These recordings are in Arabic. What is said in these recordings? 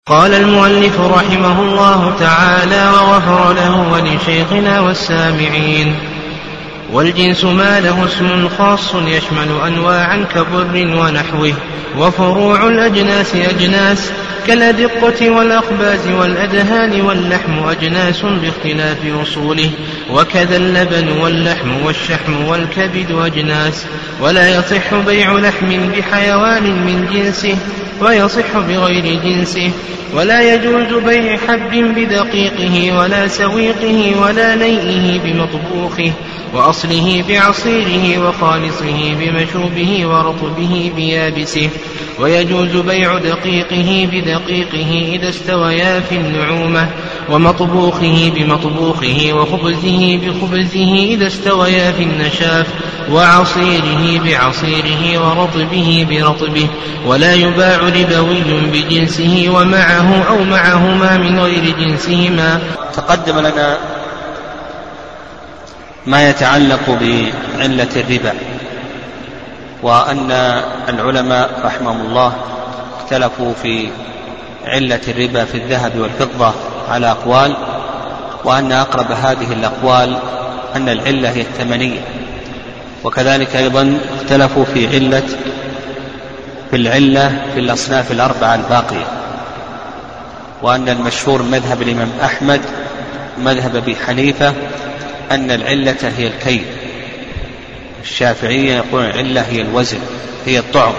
قال المؤلف رحمه الله تعالى وغفر له ولشيخنا والسامعين: والجنس ما له اسم خاص يشمل أنواعا كبر ونحوه، وفروع الأجناس أجناس كالأدقة والأخباز والأدهان، واللحم أجناس باختلاف أصوله، وكذا اللبن واللحم والشحم والكبد أجناس. ولا يصح بيع لحم بحيوان من جنسه ويصح بغير جنسه، ولا يجوز بيع حب بدقيقه ولا سويقه ولا نيئه بمطبوخه وأصله بعصيره وخالصه بمشوبه ورطبه بيابسه. ويجوز بيع دقيقه بدقيقه إذا استويا في النعومة، ومطبوخه بمطبوخه وخبزه بخبزه إذا استويا في النشاف، وعصيره بعصيره ورطبه برطبه. ولا يباع ربوي بجنسه ومعه أو معهما من غير جنسهما. تقدم لنا ما يتعلق بعلة الربا، وأن العلماء رحمهم الله اختلفوا في علة الربا في الذهب والفضة على أقوال، وأن أقرب هذه الأقوال أن العلة هي الثمنية. وكذلك أيضا اختلفوا في العلة في الأصناف الأربعة الباقية، وأن المشهور مذهب الإمام أحمد مذهب أبي حنيفة أن العلة هي الكيل. الشافعية يقول العلة هي الوزن هي الطعم،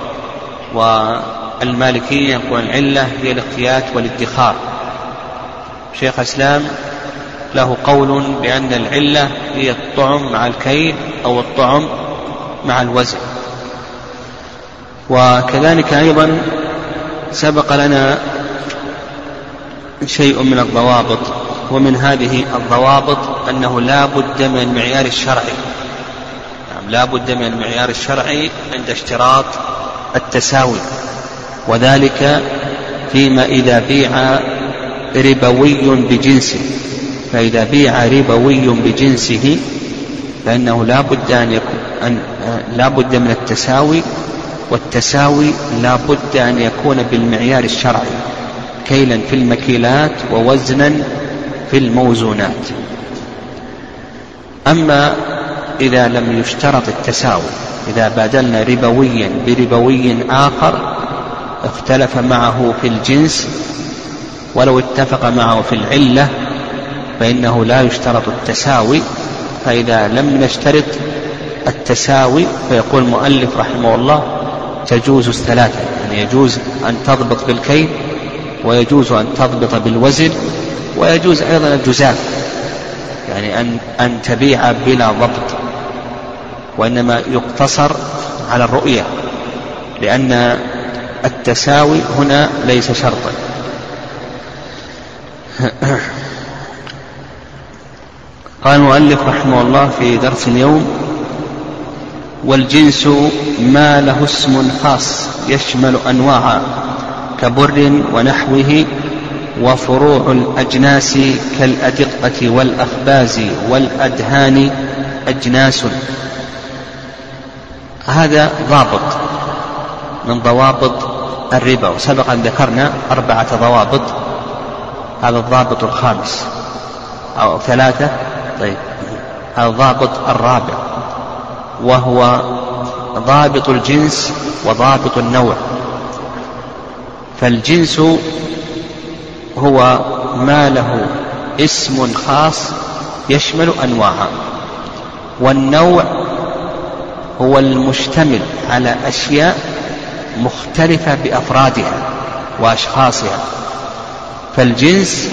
والمالكية يقول العلة هي الاقتيات والادخار. شيخ الإسلام له قول بأن العلة هي الطعم مع الكيل أو الطعم مع الوزن. وكذلك أيضا سبق لنا شيء من الضوابط، ومن هذه الضوابط أنه لا بد من المعيار الشرعي، لا بد من المعيار الشرعي عند اشتراط التساوي، وذلك فيما إذا بيع ربوي بجنسه. فإذا بيع ربوي بجنسه فإنه لا بد من التساوي، والتساوي لا بد أن يكون بالمعيار الشرعي، كيلا في المكيلات ووزنا في الموزونات. أما إذا لم يشترط التساوي، إذا بادلنا ربويا بربوي آخر اختلف معه في الجنس ولو اتفق معه في العلة فإنه لا يشترط التساوي. فإذا لم نشترط التساوي فيقول المؤلف رحمه الله تجوز الثلاثة، يعني يجوز أن تضبط بالكيل، ويجوز أن تضبط بالوزن، ويجوز أيضا الجزاف، يعني أن تبيع بلا ضبط، وإنما يقتصر على الرؤية، لأن التساوي هنا ليس شرطا. قال المؤلف رحمه الله في درس اليوم: والجنس ما له اسم خاص يشمل أنواعا كبر ونحوه، وفروع الأجناس كالأدقة والأخباز والأدهان أجناس. هذا ضابط من ضوابط الربا، وسبق أن ذكرنا 4 ضوابط، هذا الضابط الخامس أو 3. طيب، هذا الضابط الرابع، وهو ضابط الجنس وضابط النوع. فالجنس هو ما له اسم خاص يشمل أنواعا، والنوع هو المشتمل على أشياء مختلفة بأفرادها وأشخاصها. فالجنس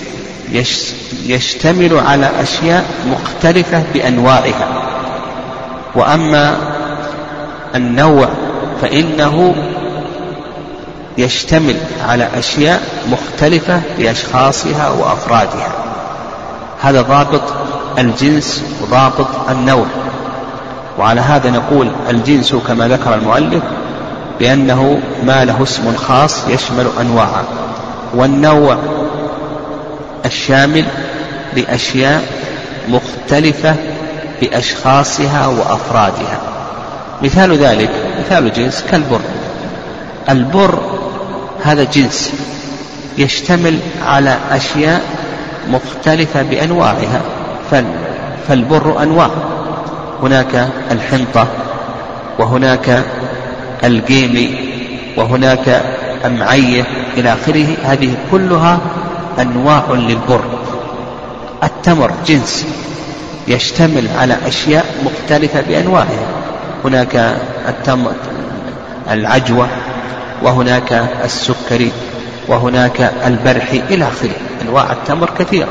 يشتمل على أشياء مختلفة بأنواعها، وأما النوع فإنه يشتمل على أشياء مختلفة بأشخاصها وأفرادها. هذا ضابط الجنس وضابط النوع. وعلى هذا نقول الجنس كما ذكر المؤلف بأنه ما له اسم خاص يشمل أنواعا، والنوع الشامل لأشياء مختلفة بأشخاصها وأفرادها. مثال ذلك مثال جنس كالبر. البر هذا جنس يشتمل على أشياء مختلفة بأنواعها. فالبر أنواع، هناك الحنطة، وهناك القيمي، وهناك أمعية إلى آخره، هذه كلها أنواع للبر. التمر جنس يشتمل على أشياء مختلفة بأنواعها، هناك التمر العجوة، وهناك السكري، وهناك البرحي إلى آخره، أنواع التمر كثيرة.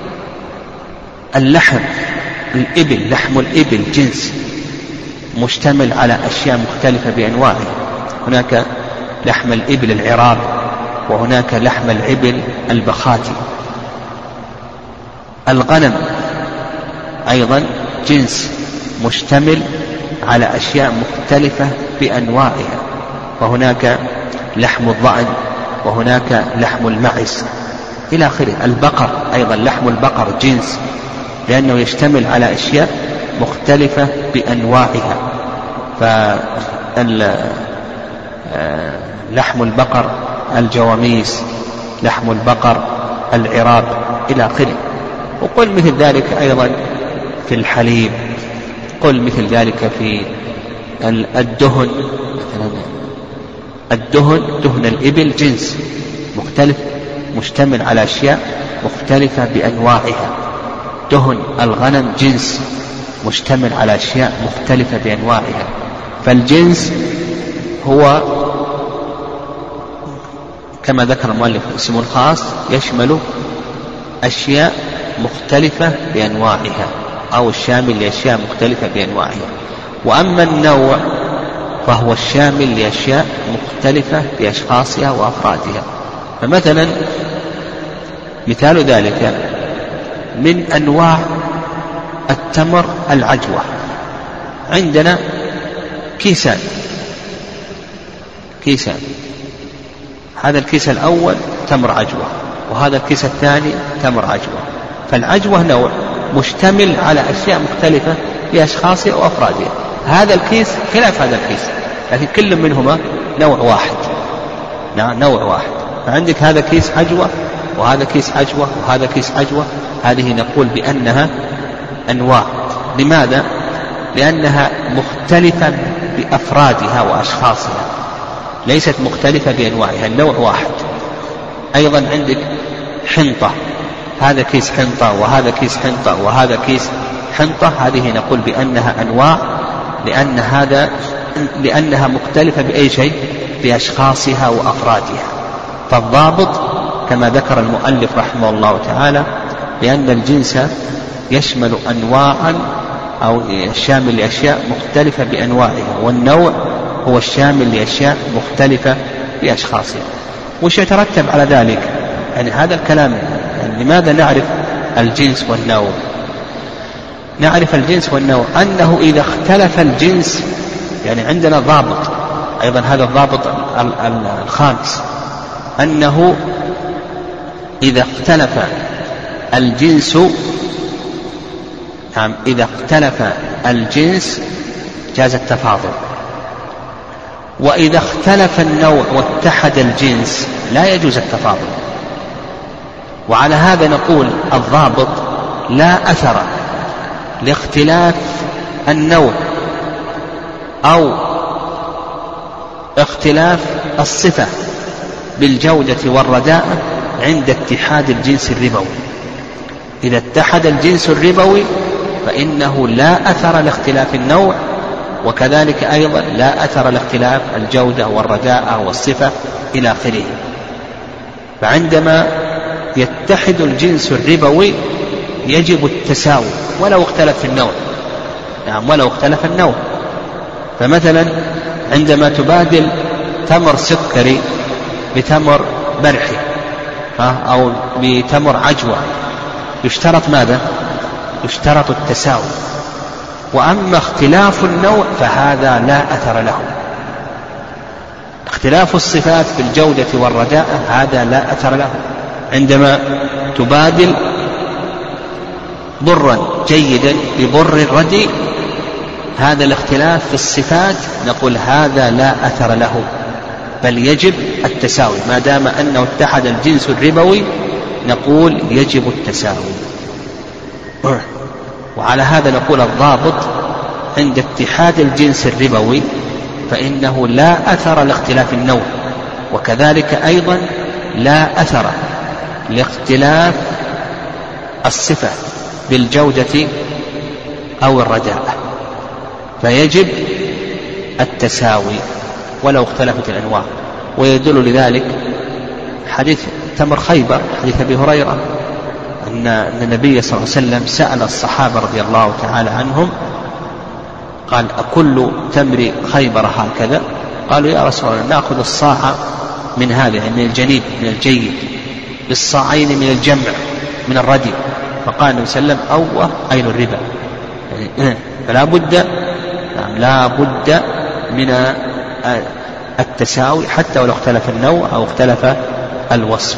اللحم الإبل، لحم الإبل جنس مشتمل على أشياء مختلفة بأنواعها، هناك لحم الإبل العراب، وهناك لحم الإبل البخاتي. الغنم أيضا جنس مشتمل على أشياء مختلفة بأنواعها، وهناك لحم الضأن، وهناك لحم المعز إلى آخره. البقر أيضا، لحم البقر جنس لأنه يشتمل على أشياء مختلفة بأنواعها، لحم البقر الجواميس، لحم البقر العراب إلى آخره. وقل مثل ذلك أيضا في الحليب، قل مثل ذلك في الدهن، دهن الإبل جنس مختلف مشتمل على أشياء مختلفة بأنواعها. دهن الغنم جنس مشتمل على أشياء مختلفة بأنواعها. فالجنس هو كما ذكر المؤلف اسم خاص يشمل أشياء مختلفة بأنواعها، أو الشامل لأشياء مختلفة بأنواعها. وأما النوع فهو الشامل لأشياء مختلفة بأشخاصها وأفرادها. فمثلا مثال ذلك من أنواع التمر العجوة، عندنا كيسان، هذا الكيس الأول تمر عجوة، وهذا الكيس الثاني تمر عجوة. فالعجوة نوع مشتمل على أشياء مختلفة بأشخاصها وأفرادها. هذا الكيس خلاف هذا الكيس، لكن كل منهما نوع واحد، نوع واحد. فعندك هذا كيس عجوة، وهذا كيس عجوة، وهذا كيس عجوة، هذه نقول بأنها أنواع. لماذا؟ لأنها مختلفة بأفرادها وأشخاصها، ليست مختلفة بأنواعها، النوع واحد. أيضا عندك حنطة، هذا كيس حنطة، وهذا كيس حنطة، وهذا كيس حنطة، هذه نقول بأنها أنواع، لأنها مختلفة بأي شيء؟ بأشخاصها وأفرادها. فالضابط كما ذكر المؤلف رحمه الله تعالى لأن الجنس يشمل أنواعا أو الشامل لأشياء مختلفة بأنواعها، والنوع هو الشامل لأشياء مختلفة بأشخاصها. وش يترتب على ذلك؟ يعني هذا الكلام، يعني لماذا نعرف الجنس والنوع؟ نعرف الجنس والنوع أنه إذا اختلف الجنس، يعني عندنا ضابط أيضا، هذا الضابط الخامس، أنه إذا اختلف الجنس، إذا اختلف الجنس جاز التفاضل، وإذا اختلف النوع واتحد الجنس لا يجوز التفاضل. وعلى هذا نقول الضابط لا أثر لاختلاف النوع أو اختلاف الصفة بالجودة والرداءة عند اتحاد الجنس الربوي. إذا اتحد الجنس الربوي فإنه لا أثر لاختلاف النوع، وكذلك أيضا لا أثر لاختلاف الجودة والرداءة والصفة إلى آخره. فعندما يتحد الجنس الربوي يجب التساوي ولو اختلف النوع، ولو اختلف النوع. فمثلا عندما تبادل تمر سكري بتمر برحي أو بتمر عجوة يشترط ماذا؟ يشترط التساوي. وأما اختلاف النوع فهذا لا أثر له. اختلاف الصفات بالجودة والرداءة هذا لا أثر له. عندما تبادل برا جيدا ببر رديء، هذا الاختلاف في الصفات نقول هذا لا أثر له، بل يجب التساوي، ما دام أنه اتحد الجنس الربوي نقول يجب التساوي. وعلى هذا نقول الضابط عند اتحاد الجنس الربوي فإنه لا أثر لاختلاف النوع، وكذلك أيضا لا أثر لاختلاف الصفة بالجودة أو الرداءة، فيجب التساوي ولو اختلفت الأنواع. ويدل لذلك حديث تمر خيبر، حديث أبي هريرة أن النبي صلى الله عليه وسلم سأل الصحابة رضي الله تعالى عنهم قال: أكل تمر خيبر هكذا؟ قالوا: يا رسول الله نأخذ الصاع من هذا، يعني من الجنيب من الجيد، بالصاعين من الجمع من الردي. فقال النبي صلى الله عليه وسلم: أوه أين الربا؟ يعني فلا بد لا بد من التساوي حتى ولو اختلف النوع أو اختلف الوصف.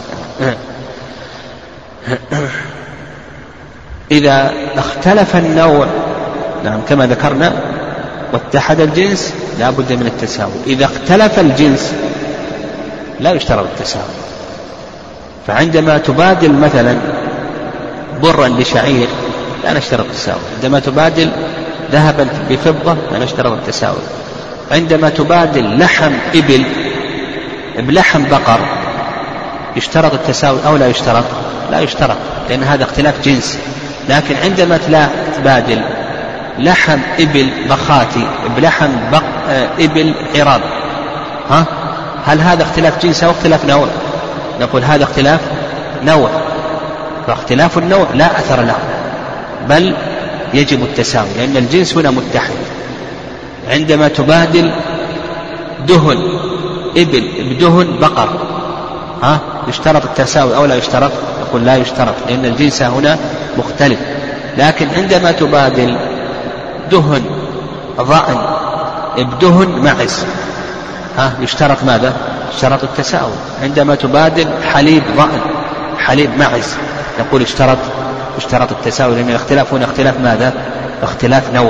إذا اختلف النوع كما ذكرنا واتحد الجنس لا بد من التساوي. إذا اختلف الجنس لا يشترط التساوي، فعندما تبادل مثلا برا لشعير لا نشترط التساوي، عندما تبادل ذهبا بفضة لا نشترط التساوي، عندما تبادل لحم إبل بلحم بقر يشترط التساوي أو لا يشترط؟ لا يشترط، لأن هذا اختلاف جنس. لكن عندما تبادل لحم إبل بخاتي بلحم إبل عراض، هل هذا اختلاف جنس أو اختلاف نوع؟ نقول هذا اختلاف نوع، فاختلاف النوع لا أثر له، بل يجب التساوي لأن الجنس هنا متحد. عندما تبادل دهن إبل بدهن بقر يشترط التساوي أو لا يشترط؟ نقول لا يشترط لأن الجنس هنا مختلف. لكن عندما تبادل دهن ضأن بدهن معز يشترط ماذا؟ يشترط التساوي. عندما تبادل حليب ضأن حليب معز نقول يشترط التساوي، لأن الاختلاف هنا اختلاف ماذا؟ اختلاف نوع.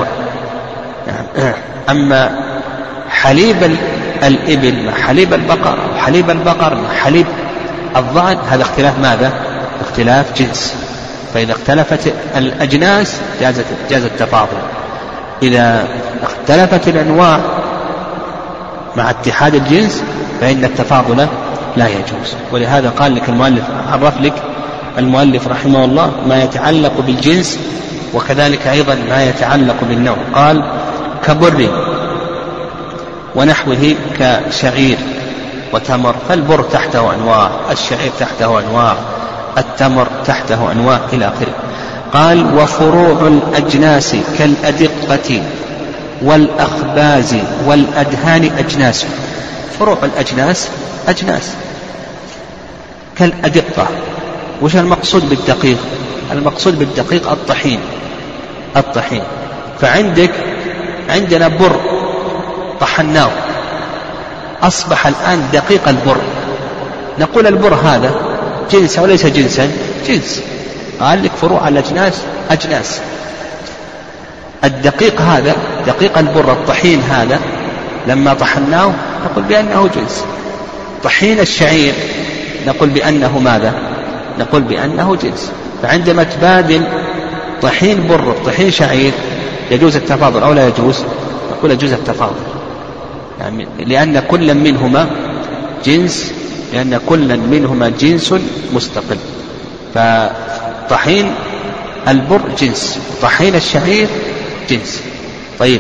أما حليب الإبل مع حليب البقر أو حليب البقر مع حليب الضأن هذا اختلاف ماذا؟ اختلاف جنس. فإذا اختلفت الأجناس جاز التفاضل. إذا اختلفت الأنواع مع اتحاد الجنس فإن التفاضل لا يجوز. ولهذا قال لك المؤلف، عرف لك المؤلف رحمه الله ما يتعلق بالجنس وكذلك أيضا ما يتعلق بالنوع. قال: كبر ونحوه كشعير وتمر، فالبر تحته أنواع، الشعير تحته أنواع، التمر تحته أنواع إلى آخره. قال: وفروع الأجناس كالأدقة والأخباز والأدهان أجناس. فروع الأجناس أجناس كالأدقة. وش المقصود بالدقيق؟ المقصود بالدقيق الطحين. عندنا بر طحناه أصبح الآن دقيق البر، نقول البر هذا جنس أو ليس جنسا؟ جنس. قال لك فروع الأجناس أجناس. الدقيق هذا دقيق البر الطحين هذا لما طحناه نقول بأنه جنس. طحين الشعير نقول بأنه ماذا؟ نقول بأنه جنس. فعندما تبادل طحين بر طحين شعير يجوز التفاضل أو لا يجوز؟ نقول يجوز التفاضل، يعني لأن كل منهما جنس مستقل. فطحين البر جنس، طحين الشعير جنس. طيب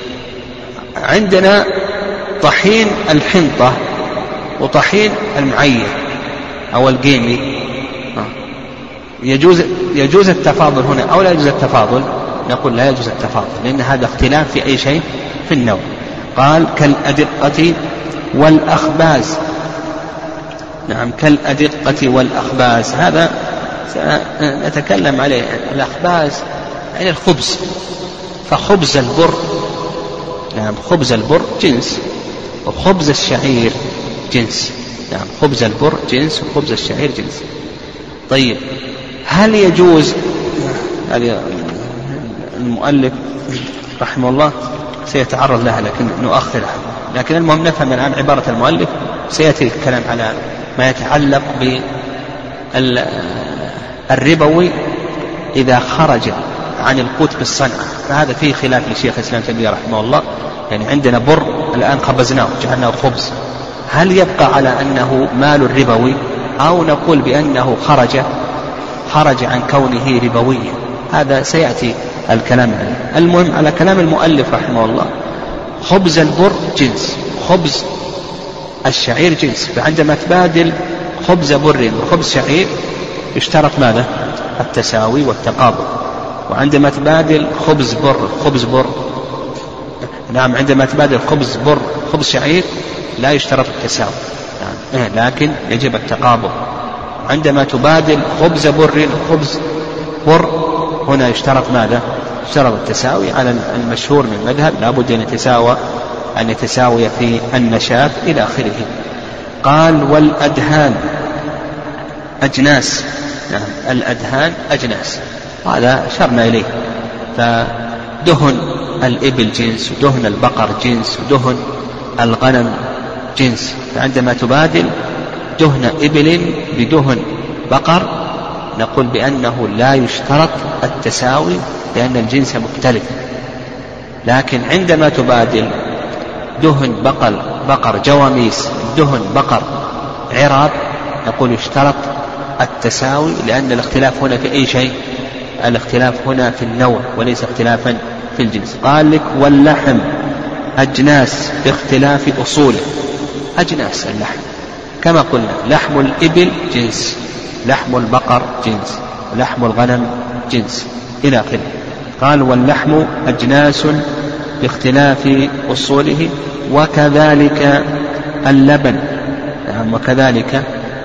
عندنا طحين الحنطة وطحين المعير أو القيمي، يجوز التفاضل هنا أو لا يجوز التفاضل؟ نقول لا يجوز التفاضل لأن هذا اختلاف في أي شيء في النوع. قال: كالأدقة والأخباز. نعم، كالأدقة والأخباز هذا سنتكلم عليه. الأخباز يعني الخبز، فخبز البر خبز البر جنس وخبز الشعير جنس. خبز البر جنس وخبز الشعير جنس. طيب هل يجوز، هذه المؤلف رحمه الله سيتعرض لها لكن نؤخرها، لكن المهم نفهم الآن عبارة المؤلف. سيأتي الكلام على ما يتعلق بالربوي إذا خرج عن القوت بالصنعة، فهذا فيه خلاف لشيخ الإسلام تيمية رحمه الله. يعني عندنا بر الآن خبزناه جعلناه خبز، هل يبقى على أنه مال الربوي أو نقول بأنه خرج عن كونه ربويا؟ هذا سيأتي الكلام عليه. المهم على كلام المؤلف رحمه الله، خبز البر جنس، خبز الشعير جنس، فعندما تبادل خبز بر وخبز شعير يشترط ماذا؟ التساوي والتقابل. وعندما تبادل خبز بر نعم، عندما تبادل خبز بر خبز شعير لا يشترط التساوي، لكن يجب التقابل. عندما تبادل خبز بر خبز بر هنا يشترط ماذا؟ يشترط التساوي. على المشهور من المذهب لابد أن يتساوي في النشاف إلى آخره. قال والأدهان أجناس. نعم الأدهان أجناس، هذا أشرنا إليه. فدهن الإبل جنس، ودهن البقر جنس، ودهن الغنم جنس. فعندما تبادل دهن إبل بدهن بقر نقول بأنه لا يشترط التساوي لأن الجنس مختلف. لكن عندما تبادل دهن بقر جواميس دهن بقر عراب نقول يشترط التساوي، لأن الاختلاف هنا في أي شيء؟ الاختلاف هنا في النوع وليس اختلافا في الجنس. قال لك واللحم أجناس باختلاف أصوله. أجناس اللحم كما قلنا، لحم الإبل جنس، لحم البقر جنس، لحم الغنم جنس إلى آخره. قال واللحم أجناس باختلاف أصوله وكذلك اللبن. نعم وكذلك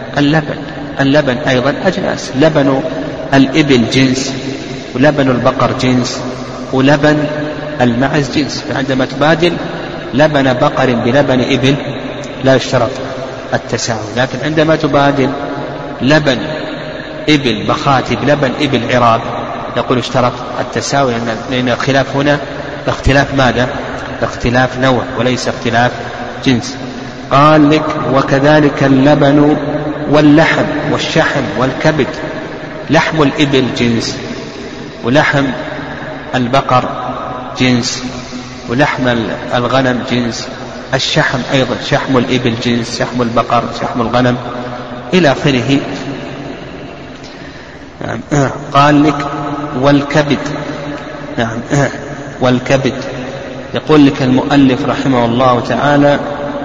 اللبن أيضا أجناس، لبن الإبل جنس، ولبن البقر جنس، ولبن المعز جنس. فعندما تبادل لبن بقر بلبن إبل لا يشترط التساوي. لكن عندما تبادل لبن إبل بخاتي بلبن إبل عراب نقول اشترط التساوي، لأن الخلاف هنا اختلاف ماذا؟ اختلاف نوع وليس اختلاف جنس. قال لك وكذلك اللبن واللحم والشحم والكبد. لحم الإبل جنس، ولحم البقر جنس، ولحم الغنم جنس. الشحم أيضا، شحم الإبل جنس، شحم البقر، شحم الغنم إلى آخره. قال لك والكبد. نعم والكبد. يقول لك المؤلف رحمه الله تعالى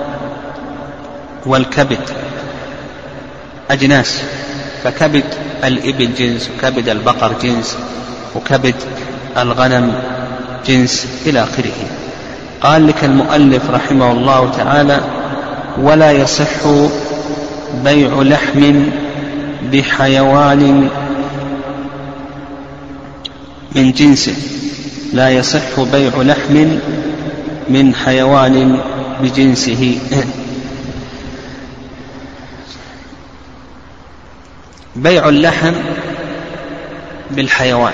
والكبد أجناس، فكبد الإبل جنس، وكبد البقر جنس، وكبد الغنم جنس إلى آخره. قال لك المؤلف رحمه الله تعالى ولا يصح بيع لحم بحيوان من جنسه. لا يصح بيع لحم من حيوان بجنسه. بيع اللحم بالحيوان،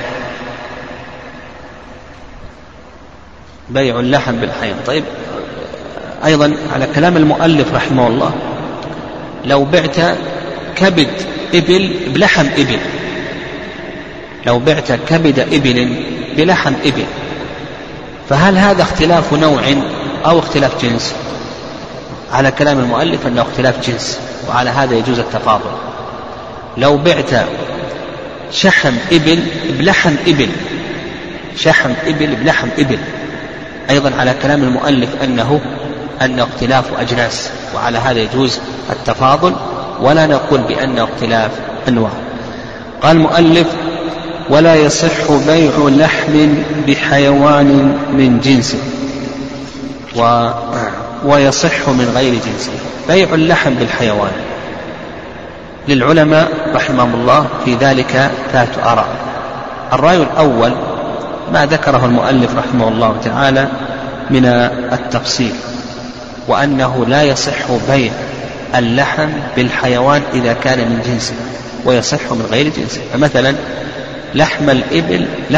بيع اللحم بالحيوان. طيب أيضا على كلام المؤلف رحمه الله، لو بعت كبد إبل بلحم إبل، لو بعت كبد إبل بلحم إبل، فهل هذا اختلاف نوع أو اختلاف جنس؟ على كلام المؤلف أنه اختلاف جنس، وعلى هذا يجوز التفاضل. لو بعت شحم إبل بلحم إبل، شحم إبل بلحم إبل، أيضا على كلام المؤلف أنه اختلاف أجناس، وعلى هذا يجوز التفاضل ولا نقول بأنه اختلاف أنواع. قال المؤلف ولا يصح بيع لحم بحيوان من جنسه ويصح من غير جنسه. بيع اللحم بالحيوان للعلماء رحمهم الله في ذلك 3 آراء. الرأي الأول ما ذكره المؤلف رحمه الله تعالى من التفصيل، وأنه لا يصح بيع اللحم بالحيوان إذا كان من جنسه، ويصح من غير جنسه. فمثلا لحم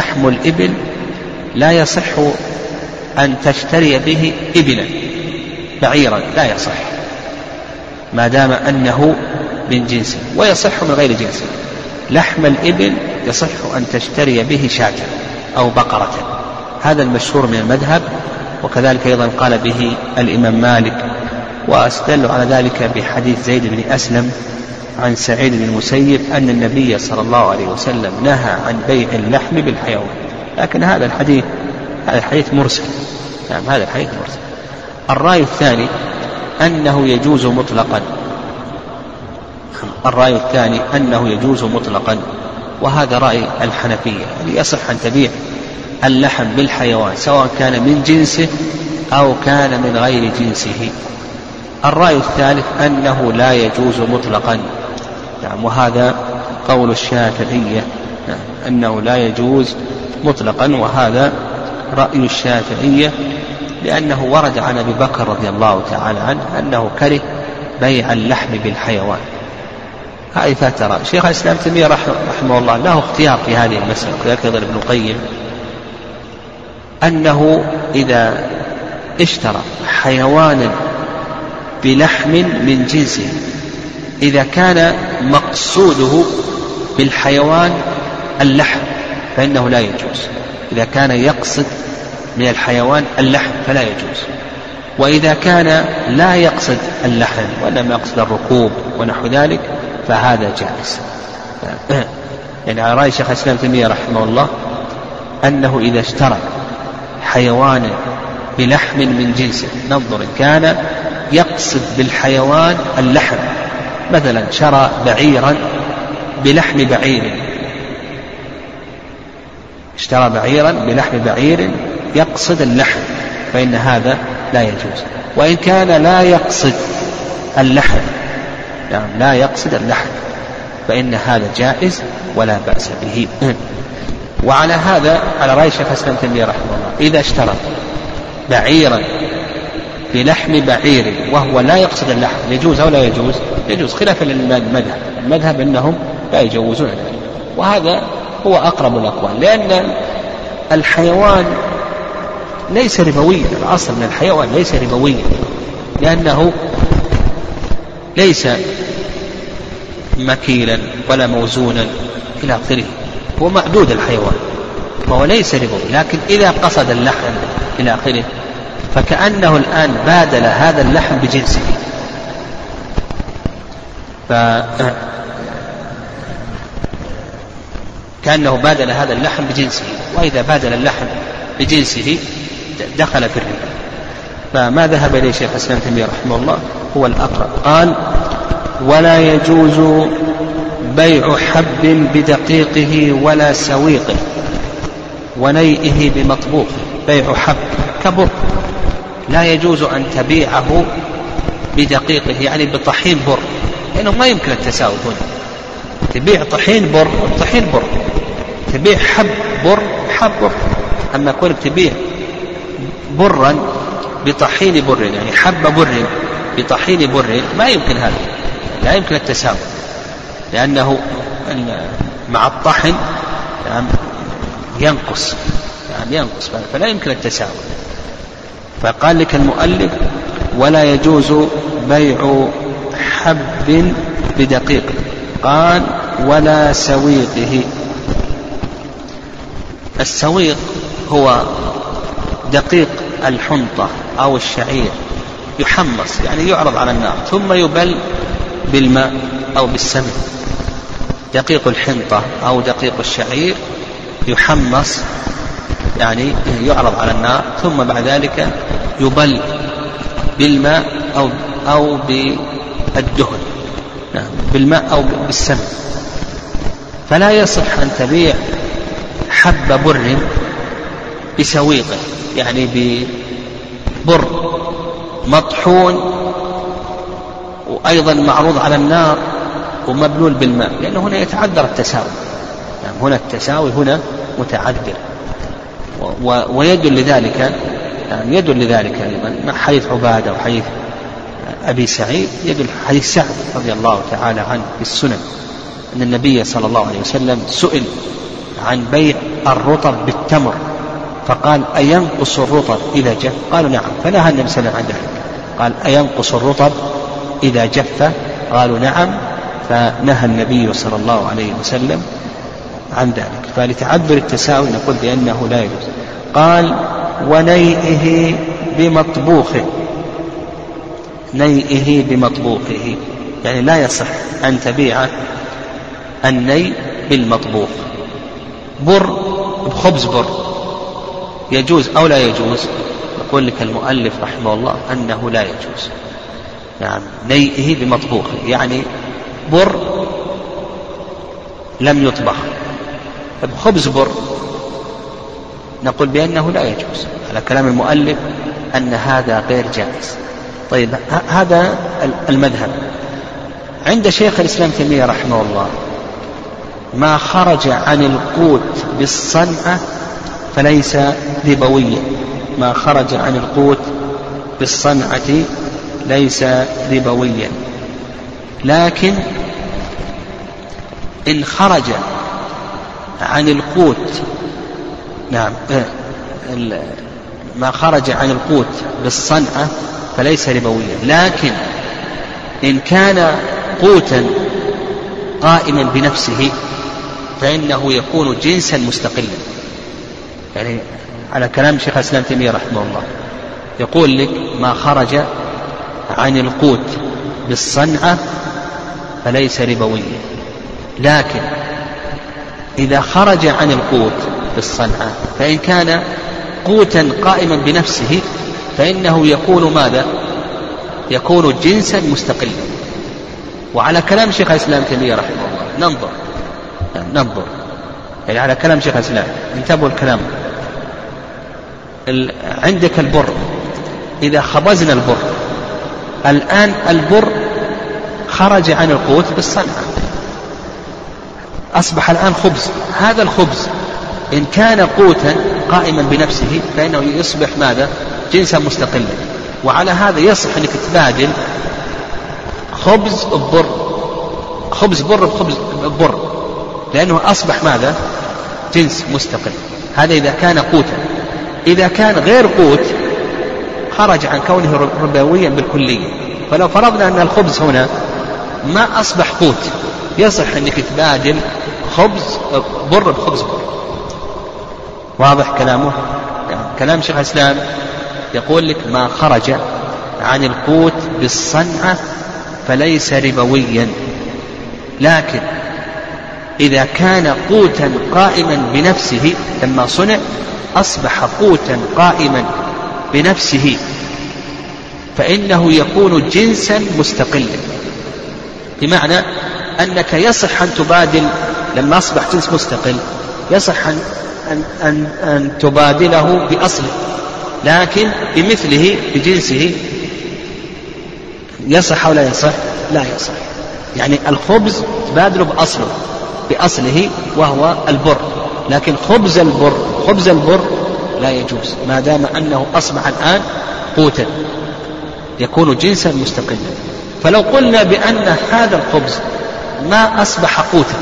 الإبل لا يصح أن تشتري به إبلا، بعيرا لا يصح ما دام أنه من جنسه، ويصح من غير جنسه. لحم الإبل يصح أن تشتري به شاة أو بقرة، هذا المشهور من المذهب، وكذلك أيضا قال به الإمام مالك، وأستدل على ذلك بحديث زيد بن أسلم عن سعيد بن المسيب أن النبي صلى الله عليه وسلم نهى عن بيع اللحم بالحيوان. لكن هذا الحديث مرسل، نعم هذا الحديث مرسل. الرأي الثاني أنه يجوز مطلقا، الرأي الثاني أنه يجوز مطلقا، وهذا رأي الحنفية، يعني يصح أن تبيع اللحم بالحيوان سواء كان من جنسه أو كان من غير جنسه. الرأي الثالث أنه لا يجوز مطلقا، نعم وهذا قول الشافعية، نعم أنه لا يجوز مطلقا، وهذا رأي الشافعية، لأنه ورد عن أبي بكر رضي الله تعالى عنه أنه كره بيع اللحم بالحيوان. هذه فترة شيخ الإسلام تيمية رحمه الله له اختيار في هذه المسألة، وكذلك أيضا ابن القيم، أنه إذا اشترى حيوانا بلحم من جنسه، إذا كان مقصوده بالحيوان اللحم فإنه لا يجوز، إذا كان يقصد من الحيوان اللحم فلا يجوز. وإذا كان لا يقصد اللحم وإنما يقصد الركوب ونحو ذلك فهذا جائز. يعني على رأي شيخ الإسلام تيمية رحمه الله أنه إذا اشترى حيوانا بلحم من جنسه، ننظر إن كان يقصد بالحيوان اللحم، مثلا شرى بعيرا بلحم بعير، اشترى بعيرا بلحم بعير يقصد اللحم فإن هذا لا يجوز. وإن كان لا يقصد اللحم، يعني لا يقصد اللحم، فإن هذا جائز ولا بأس به. وعلى هذا على رأي شيخ الإسلام تيمية رحمه الله إذا اشترى بعيرا بلحم بعير وهو لا يقصد اللحم يجوز أو لا يجوز؟ يجوز، خلافا للمذهب، المذهب أنهم لا يجوزون ذلك، وهذا هو أقرب الأقوال، لأن الحيوان ليس ربويا، الأصل من الحيوان ليس ربويا، لأنه ليس مكيلا ولا موزونا إلى آخره، هو معدود الحيوان فهو ليس ربوي. لكن إذا قصد اللحم إلى آخره فكأنه الآن بادل هذا اللحم بجنسه، كأنه بادل هذا اللحم بجنسه، وإذا بادل اللحم بجنسه دخل في الربا. فما ذهب إليه شيخ الإسلام تيمية رحمه الله هو الأقرب. قال: ولا يجوز بيع حب بدقيقه ولا سويقه ونيئه بمطبوخه. بيع حب كبر لا يجوز أن تبيعه بدقيقه، يعني بطحين بر، لأنه ما يمكن التساوي هنا. تبيع طحين بر طحين بر، تبيع حب بر حب بر. أما كونك تبيع برا بطحين بر، يعني حب بر بطحين بر، ما يمكن هذا، لا يمكن التساوي، لأنه مع الطحن ينقص، فلا يمكن التساوي. فقال لك المؤلف: ولا يجوز بيع حب بدقيق. قال: ولا سويقه. السويق هو دقيق الحنطة أو الشعير، يحمص يعني يعرض على النار ثم يبل بالماء أو بالسمن. دقيق الحنطة أو دقيق الشعير يحمص يعني يعرض على النار ثم بعد ذلك يبل بالماء أو بالدهن، بالماء أو بالسمن. فلا يصح أن تبيع حب بر بسويقه، يعني ببر مطحون وأيضا معروض على النار ومبلول بالماء، لأنه هنا يتعذر التساوي، يعني هنا التساوي هنا متعذر. ويدل لذلك أيضا حديث عبادة وحديث أبي سعيد، يدل حديث سعد رضي الله تعالى عنه في السنن أن النبي صلى الله عليه وسلم سئل عن بيع الرطب بالتمر فقال: أينقص الرطب إذا جف؟ قالوا: نعم. فنهى النبي صلى الله عليه وسلم عن ذلك، قال أينقص الرطب إذا جف؟ قالوا نعم، فنهى النبي صلى الله عليه وسلم عن ذلك. فلتعبر التساوي نقول بأنه لا يجوز. قال ونيئه بمطبوخه، نيئه بمطبوخه يعني لا يصح أن تبيع الني بالمطبوخ. بر بخبز بر يجوز أو لا يجوز؟ يقول لك المؤلف رحمه الله أنه لا يجوز. نعم، نيئه بمطبوخه يعني بر لم يطبخ بخبز بر، نقول بأنه لا يجوز على كلام المؤلف أن هذا غير جائز. طيب هذا المذهب. عند شيخ الإسلام تيمية رحمه الله ما خرج عن القوت بالصنعة فليس ربويا، ما خرج عن القوت بالصنعة ليس ربويا، لكن إن خرج عن القوت، نعم، ما خرج عن القوت بالصنعة فليس ربويا، لكن إن كان قوتا قائما بنفسه فإنه يكون جنسا مستقلا. يعني على كلام شيخ الإسلام تيمية رحمه الله يقول لك ما خرج عن القوت بالصنعة فليس ربويا، لكن إذا خرج عن القوت بالصنعة فإن كان قوتا قائما بنفسه فإنه يكون ماذا؟ يكون جنسا مستقلا. وعلى كلام شيخ الإسلام تيمية رحمه الله ننظر يعني على كلام شيخ الإسلام، انتبهوا الكلام. عندك البر، إذا خبزنا البر الآن البر خرج عن القوت بالصنعة، أصبح الآن خبز. هذا الخبز إن كان قوتا قائما بنفسه فإنه يصبح ماذا؟ جنسا مستقلا. وعلى هذا يصح أنك تبادل خبز ببر، خبز بر بخبز بر، لأنه أصبح ماذا؟ جنس مستقل. هذا إذا كان قوتا. إذا كان غير قوت خرج عن كونه ربويا بالكلية. فلو فرضنا أن الخبز هنا ما أصبح قوت يصح أنك تبادل خبز بر بخبز بر. واضح كلامه؟ كلام شيخ الإسلام يقول لك ما خرج عن القوت بالصنعة فليس ربويا، لكن إذا كان قوتا قائما بنفسه لما صنع أصبح قوتا قائما بنفسه فإنه يكون جنسا مستقلا. بمعنى أنك يصح أن تبادل لما أصبح جنس مستقل، يصح أن تبادله بأصله، لكن بمثله بجنسه يصح أو لا يصح؟ لا يصح. يعني الخبز تبادله بأصله وهو البر، لكن خبز البر لا يجوز ما دام أنه أصبح الآن قوتا، يكون جنسا مستقلا. فلو قلنا بأن هذا الخبز ما أصبح قوتا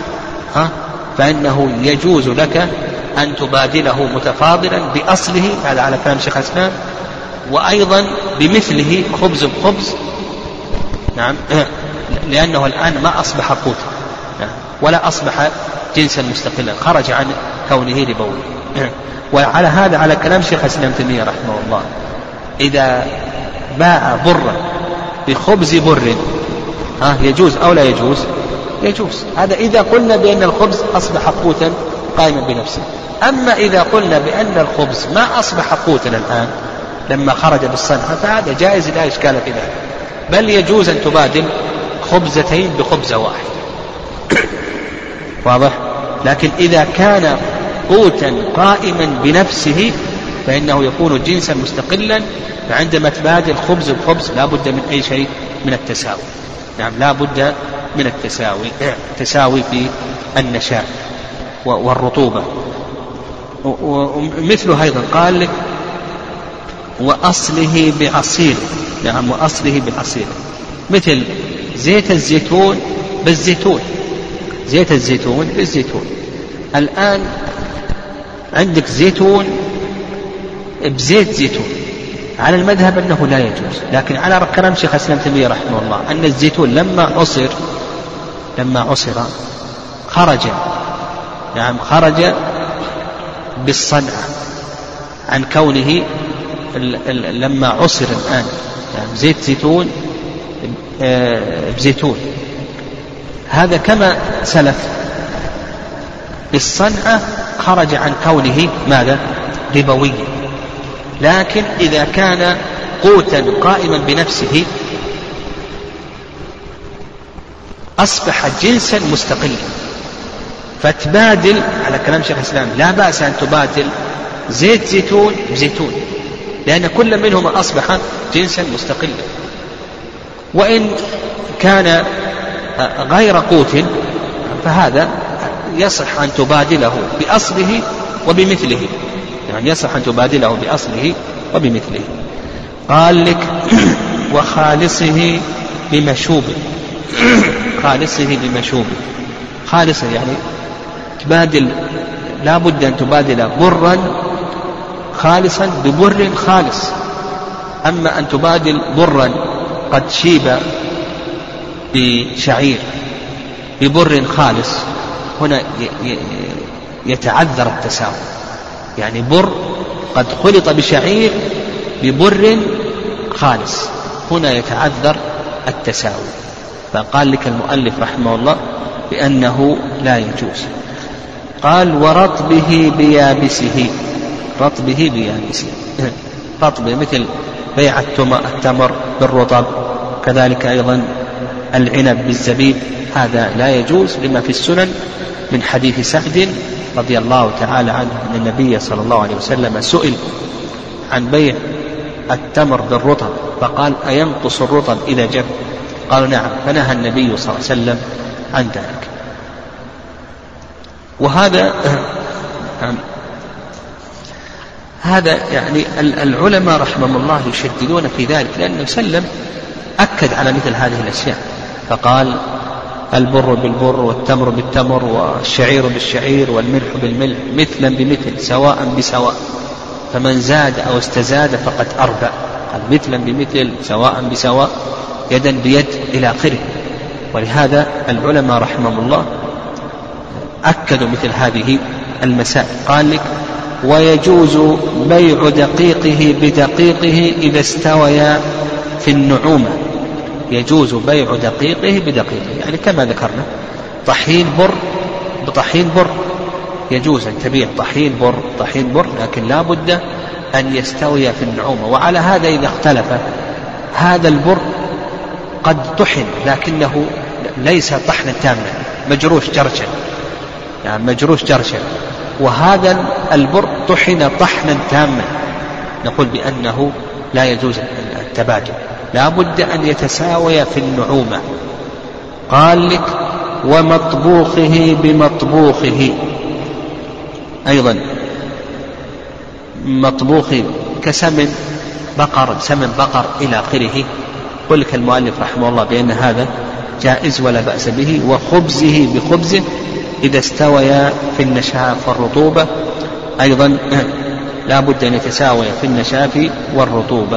فإنه يجوز لك أن تبادله متفاضلا بأصله، هذا على كلام شيخ الإسلام، وأيضا بمثله خبز بخبز، نعم، لأنه الآن ما أصبح قوتا ولا أصبح جنسا مستقلا، خرج عن كونه ربوي. وعلى هذا على كلام شيخ الإسلام تيمية رحمه الله إذا باع برا بخبز بر يجوز أو لا يجوز؟ يجوز. هذا إذا قلنا بأن الخبز أصبح قوتا قائما بنفسه. أما إذا قلنا بأن الخبز ما أصبح قوتا الآن لما خرج بالصنعة فهذا جائز لا إشكال في ذلك، بل يجوز أن تبادل خبزتين بخبزة واحد. واضح؟ لكن إذا كان قوتا قائما بنفسه فإنه يكون جنسا مستقلا، فعندما تبادل خبز بخبز لا بد من أي شيء من التساوي. نعم، لا بد من التساوي في النشاء والرطوبة. ومثله أيضا قال لك وأصله بعصير. نعم، وأصله بالعصير، مثل زيت الزيتون بالزيتون، زيت الزيتون بالزيتون. الآن عندك زيتون بزيت زيتون، على المذهب أنه لا يجوز، لكن على كلام شيخ الإسلام تيمية رحمه الله أن الزيتون لما عصر خرج بالصنعة عن كونه لما عصر الآن يعني زيت زيتون بزيتون، هذا كما سلف بالصنعة خرج عن كونه ماذا؟ ربويا. لكن إذا كان قوتا قائما بنفسه أصبح جنسا مستقلا، فتبادل على كلام شيخ الإسلام لا بأس أن تبادل زيت زيتون بزيتون، لأن كل منهما أصبح جنسا مستقلا. وإن كان غير قوت فهذا يصح أن تبادله بأصله وبمثله، يعني يصح أن تبادله بأصله وبمثله. قال لك وخالصه بمشوب، خالصه يعني تبادل، لا بد أن تبادل برا خالصا ببر خالص. أما أن تبادل برا قد شيب بشعير ببر خالص، هنا يتعذر التساوي، يعني بر قد خلط بشعير ببر خالص، هنا يتعذر التساوي. فقال لك المؤلف رحمه الله بأنه لا يجوز. قال ورطبه بيابسه، رطبه مثل بيع التمر بالرطب، كذلك أيضا العنب بالزبيب، هذا لا يجوز لما في السنن من حديث سعد رضي الله تعالى عنه أن النبي صلى الله عليه وسلم سئل عن بيع التمر بالرطب فقال أينقص الرطب إذا جف؟ قالوا نعم، فنهى النبي صلى الله عليه وسلم عن ذلك. وهذا يعني العلماء رحمهم الله يشددون في ذلك، لأنه سلم أكد على مثل هذه الأشياء، فقال البر بالبر والتمر بالتمر والشعير بالشعير والملح بالملح مثلا بمثل سواء بسواء، فمن زاد أو استزاد فقد أربع. قال مثلا بمثل سواء بسواء يدا بيد إلى آخره. ولهذا العلماء رحمهم الله أكدوا مثل هذه المسائل. قال لك ويجوز بيع دقيقه بدقيقه إذا استويا في النعومة، يجوز بيع دقيقه بدقيقه، يعني كما ذكرنا طحين بر بطحين بر، يجوز أن تبيع طحين بر لكن لا بد أن يستوي في النعومة. وعلى هذا إذا اختلف هذا البر قد طحن لكنه ليس طحنا تاما، مجروش جرشا، وهذا البر طحن طحنا تاما، نقول بأنه لا يجوز التبادل، لا بد أن يتساوي في النعومة. قال لك ومطبوخه بمطبوخه، أيضا مطبوخ كسمن بقر إلى آخره. قل لك المؤلف رحمه الله بأن هذا جائز ولا بأس به. وخبزه بخبزه إذا استويا في النشاف والرطوبة، أيضا لا بد أن يتساوي في النشاف والرطوبة.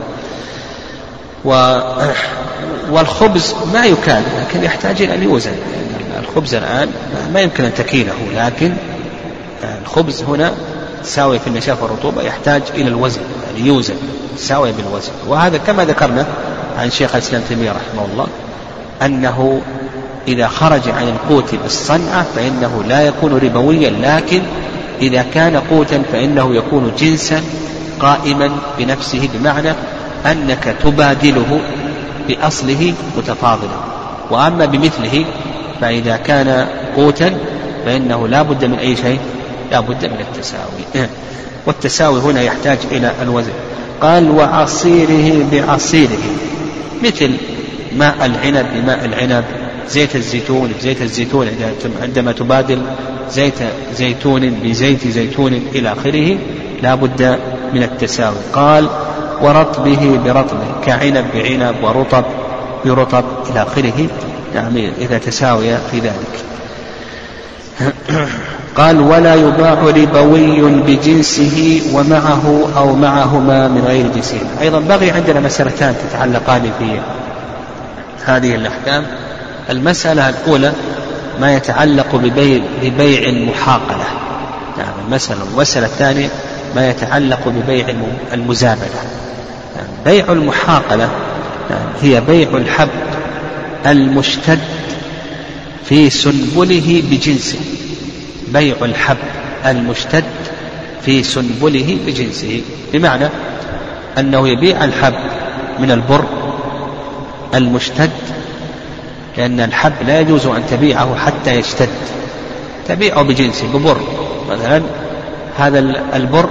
والخبز ما يكال لكن يحتاج إلى يوزن، الخبز الآن ما يمكن أن تكيله، لكن الخبز هنا تساوي في النشاف والرطوبة يحتاج إلى الوزن، يعني يوزن تساوي بالوزن. وهذا كما ذكرنا عن شيخ الإسلام تيمية رحمه الله أنه إذا خرج عن القوت بالصنعة فإنه لا يكون ربويا، لكن إذا كان قوتا فإنه يكون جنسا قائما بنفسه، بمعنى أنك تبادله بأصله متفاضلا. وأما بمثله فإذا كان قوتا فإنه لا بد من أي شيء، لا بد من التساوي، والتساوي هنا يحتاج إلى الوزن. قال وعصيره بعصيره، مثل ماء العنب بماء العنب، زيت الزيتون بزيت الزيتون، عندما تبادل زيت زيتون بزيت زيتون إلى آخره لا بد من التساوي. قال ورطبه برطبه كعنب بعنب ورطب برطب إلى آخره، يعني إذا تساوي في ذلك. قال ولا يباع ربوي بجنسه ومعه أو معهما من غير جنسه. أيضا بقي عندنا مسألتان تتعلقان في هذه الأحكام. المسألة الأولى ما يتعلق ببيع المحاقلة، نعم المسألة الثانية ما يتعلق ببيع المزابنة. نعم بيع المحاقلة هي بيع الحب المشتد في سنبله بجنسه، بيع الحب المشتد في سنبله بجنسه، بمعنى أنه يبيع الحب من البر المشتد، لأن الحب لا يجوز أن تبيعه حتى يشتد، تبيعه بجنسه ببر، مثلا هذا البر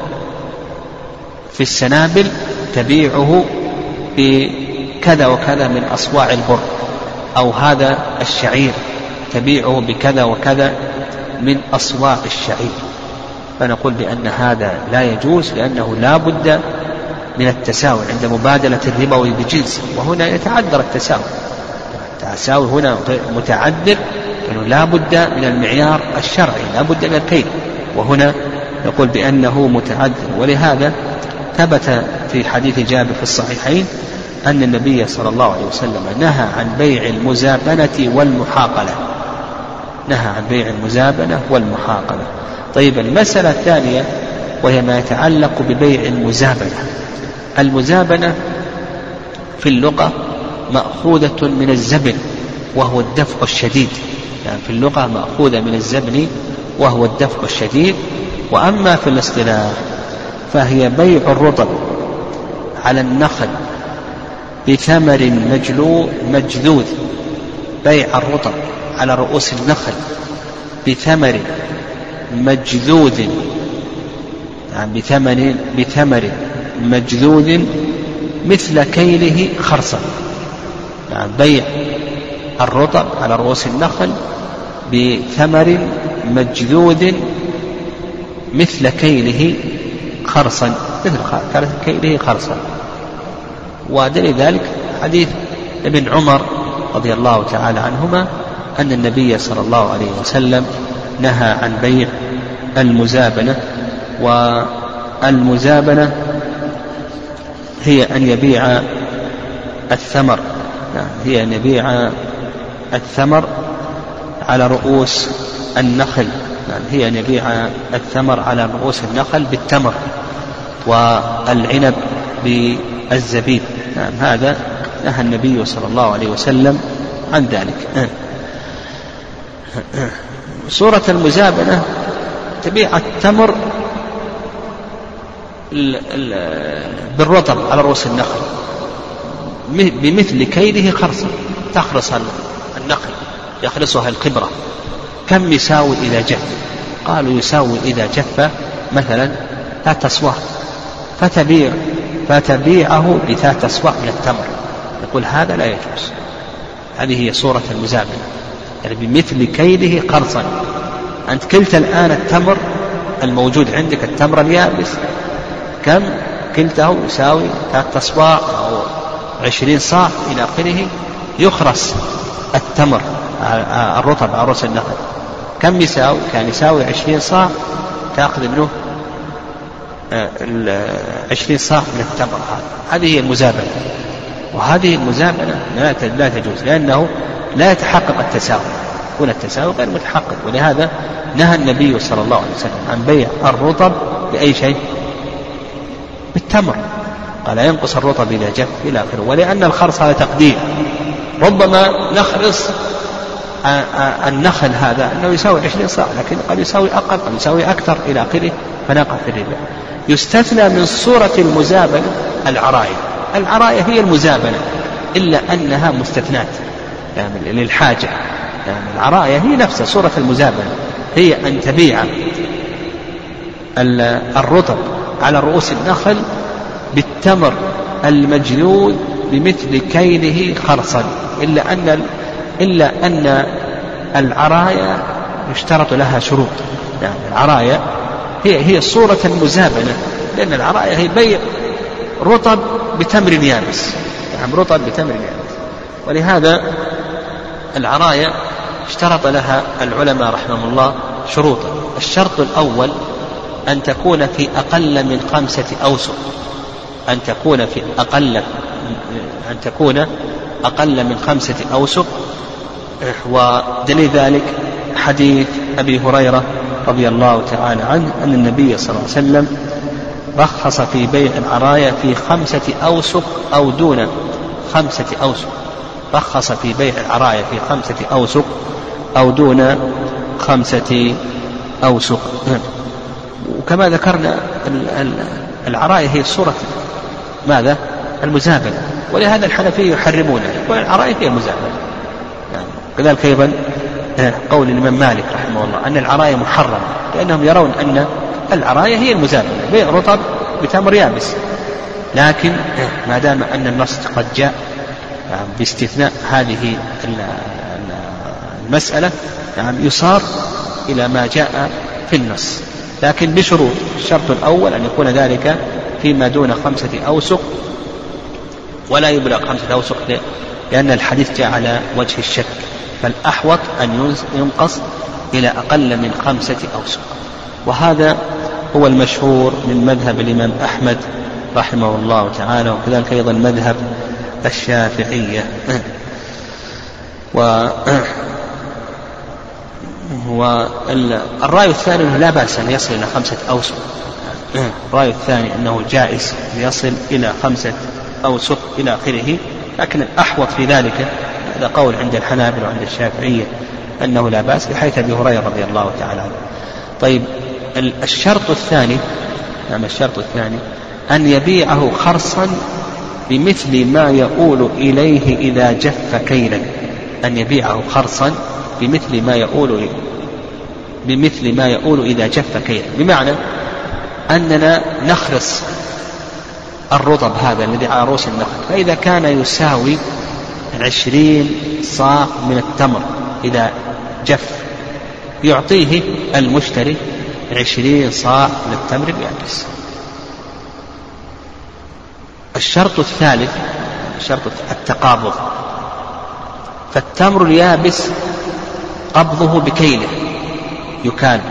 في السنابل تبيعه بكذا وكذا من أصواع البر، أو هذا الشعير تبيعه بكذا وكذا من أصواع الشعير، فنقول بأن هذا لا يجوز، لأنه لا بد من التساوي عند مبادلة الربوي بجنسه، وهنا يتعذر التساوي هنا متعذر، لأنه لا بد من المعيار الشرعي، لا بد من الكيل، وهنا نقول بأنه متعذر. ولهذا ثبت في حديث جابر في الصحيحين أن النبي صلى الله عليه وسلم نهى عن بيع المزابنة والمحاقلة، نهى عن بيع المزابنة والمحاقلة. طيب المسألة الثانية وهي ما يتعلق ببيع المزابنة. المزابنة في اللغة مأخوذة من الزبن وهو الدفع الشديد، يعني في اللغة مأخوذة من الزبن وهو الدفع الشديد. وأما في الاصطلاح فهي بيع الرطب على النخل بثمر مجذوذ، بيع الرطب على رؤوس النخل بثمر مجذوذ، يعني بثمر مجذوذ مثل كيله خرصا، يعني بيع الرطب على رؤوس النخل بثمر مجذوذ مثل كيله خرصا، مثل كيله خرصا. ودليل ذلك حديث ابن عمر رضي الله تعالى عنهما أن النبي صلى الله عليه وسلم نهى عن بيع المزابنة. والمزابنة هي أن يبيع الثمر، هي أن يبيع الثمر على رؤوس النخل، هي أن يبيع الثمر على رؤوس النخل بالتمر والعنب بالزبيب. هذا نهى النبي صلى الله عليه وسلم عن ذلك. صورة المزابنة تبيع التمر بالرطب على رؤوس النخل بمثل كيله خرصا، تخرص النخل يخرصها الخبرة. كم يساوي إذا جف؟ قالوا يساوي إذا جف مثلا 3 أصواع، فتبيعه ب3 أصواع من التمر. يقول هذا لا يجوز. هذه هي صورة المزابنة، يعني بمثل كيله قرصا. أنت كلت الآن التمر الموجود عندك، التمر اليابس، كم كلته؟ يساوي 3 أصواع أو 20 صاع إلى آخره. يخرس التمر الرطب على رؤوس النخل، كم يساوي؟ كان يساوي 20 صاع، تأخذ منه 20 صاع من التمر. هذه هي المزابنة. وهذه المزابنة لا تجوز، لأنه لا يتحقق التساوي، يكون التساوي غير متحقق. ولهذا نهى النبي صلى الله عليه وسلم عن بيع الرطب بأي شيء؟ بالتمر، قال ينقص الرطب إذا جف إلى آخره. ولأن الخرص هذا تقدير، ربما نخرص النخل هذا أنه يساوي 20 صاع، لكن قد يساوي أقل، قد يساوي أكثر إلى آخره، فنقع في الربا. يستثنى من صورة المزابنة العراية. العراية هي المزابنة إلا أنها مستثنات يعني للحاجة. يعني العراية هي نفسها صورة المزابنة، هي أن تبيع الرطب على رؤوس النخل بالتمر المجلود بمثل كيله خرصا، إلا أن العراية يشترط لها شروط. يعني العراية هي صورة المزابنة، لأن العراية هي بيع رطب بتمر يابس، يعني رطب بتمر يابس. ولهذا العراية اشترط لها العلماء رحمهم الله شروطا. الشرط الأول أن تكون في أقل من 5 أوسق، أن تكون أقل من 5 أوسق. ودليل ذلك حديث أبي هريرة رضي الله تعالى عنه أن النبي صلى الله عليه وسلم رخص في بيع العرايا في 5 أوسق أو دون 5 أوسق. رخص في بيع العرايا في 5 أوسق أو دون 5 أوسق. وكما ذكرنا العرايا هي صورة ماذا؟ المزابلة، ولهذا الحنفية يحرمونها، والعرايا هي المزابلة. كذلك أيضا قول الإمام مالك رحمه الله أن العرايا محرمة، لأنهم يرون أن العرايا هي المزابلة، بيع رطب بتمر يابس. لكن ما دام أن النص قد جاء باستثناء هذه المسألة يصار إلى ما جاء في النص، لكن بشروط. الشرط الأول أن يكون ذلك فيما دون 5 أوسق، ولا يبلغ 5 أوسق لأن الحديث جاء على وجه الشك، فالأحوط أن ينقص إلى أقل من 5 أوسق. وهذا هو المشهور من مذهب الإمام أحمد رحمه الله تعالى، وكذلك أيضا مذهب الشافعية. والرأي الثاني لا بأس أن يصل إلى 5 أوسق. الرأي الثاني أنه جائز يصل إلى 5 أوسق إلى آخره، لكن الأحوط في ذلك هذا قول عند الحنابلة وعند الشافعية أنه لا بأس، بحيث أبي هريرة رضي الله تعالى عنه. طيب الشرط الثاني أن يبيعه خرصا بمثل ما يؤول إليه إذا جف كيلا. أن يبيعه خرصا بمثل ما يؤول إذا جف كيلا، بمعنى أننا نخرص الرطب هذا الذي على رؤوس النخل، فإذا كان يساوي 20 صاع من التمر إذا جف، يعطيه المشتري 20 صاع من التمر اليابس. الشرط الثالث شرط التقابض، فالتمر اليابس قبضه بكيله يكال،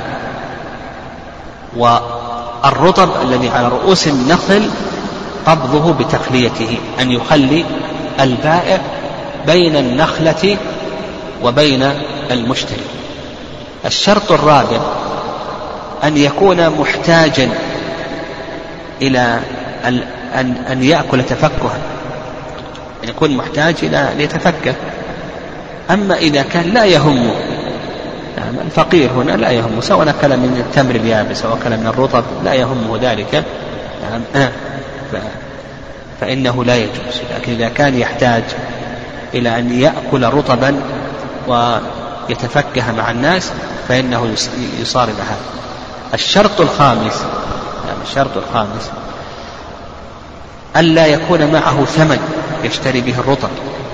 والرطب الذي على رؤوس النخل قبضه بتخليته، أن يخلي البائع بين النخلة وبين المشتري. الشرط الرابع أن يكون محتاجا إلى أن يأكل تفكها، أن يكون محتاج إلى ليتفكه. أما إذا كان لا يهمه، الفقير هنا لا يهمه سواء أكل من التمر اليابس أو أكل من الرطب، لا يهمه ذلك، فإنه لا يجوز. لكن إذا كان يحتاج إلى أن يأكل رطبا ويتفكه مع الناس فإنه يصار إلى هذا. الشرط الخامس ألا يكون معه ثمن يشتري به الرطب،